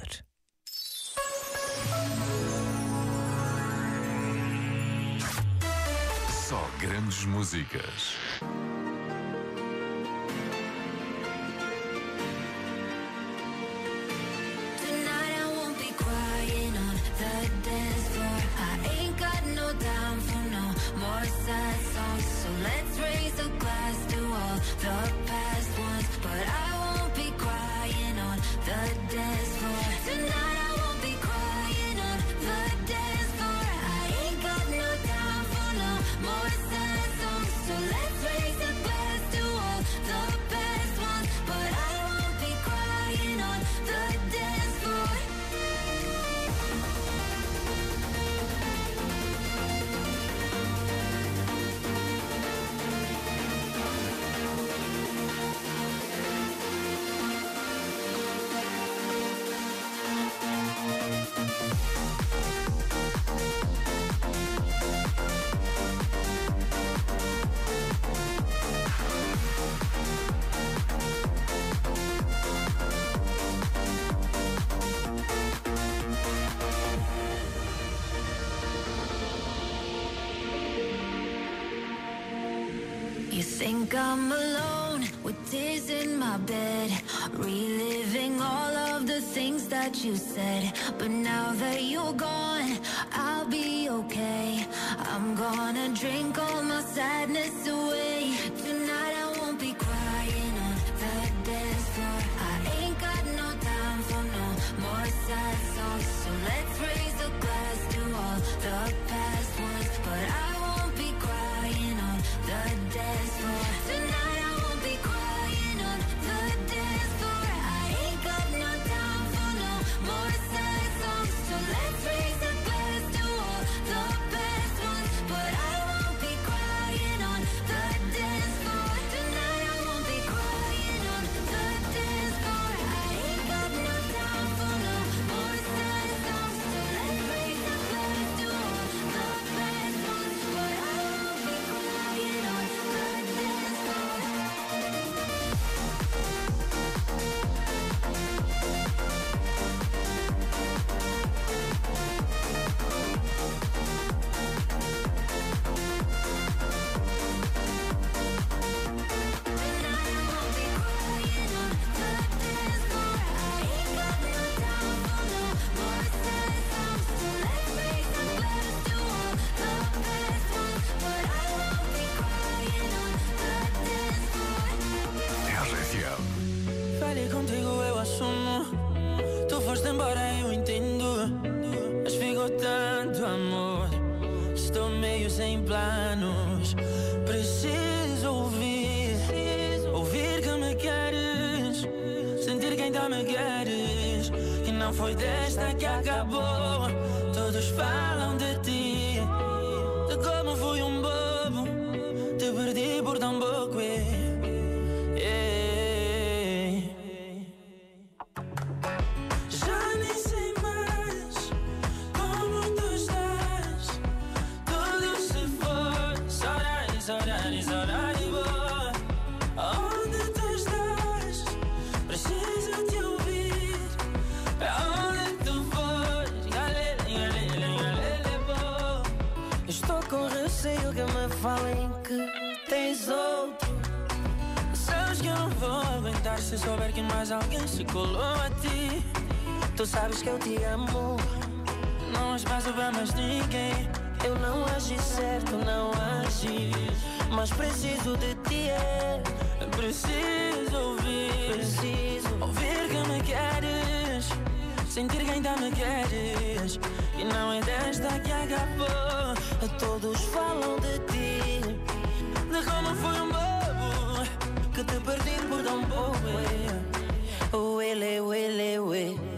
amor. Só grandes músicas. You think I'm alone with tears in my bed, reliving all of the things that you said. But now that you're gone, I'll be okay. I'm gonna drink all my sadness away. Tonight I won't be crying on the dance floor. I ain't got no time for no more sad songs. So let's raise a glass to all the past ones. But I won't be crying on the dance floor. Tonight I won't be crying on the dance floor. I ain't got no time for no more sad songs. So let's raise a glass to all the best ones. But I won't be crying on the dance floor. Tonight I won't be crying on the dance floor. I ain't got no time for no more sad songs. So let's raise a glass to all the best ones. But I won't be crying on the dance floor. RFM. Falhei contigo, eu assumo. Tu foste embora, eu entendo. Mas ficou tanto amor. Estou meio sem planos. Preciso ouvir que me queres. Sentir que ainda me queres. Que não foi desta que acabou. Todos falam de ti, de como fui um bobo. Te perdi por tão pouco. Já nem sei mais como tu estás. Tudo se foi, saudade boa. Onde tu estás? Preciso te ouvir. Pra onde tu fores? Galele, boa. Estou com receio que me falem que tens outro. Sabes que eu não vou aguentar se souber que mais alguém se colou a ti. Tu sabes que eu te amo, não espaço para mais ninguém. Eu não agi certo, não agi, mas preciso de ti, preciso ouvir que me queres. Sentir que ainda me queres. E não é desta que acabou. Todos falam de ti, de como fui um bobo, que te perdi por tão pouco. Uele, uele, uele.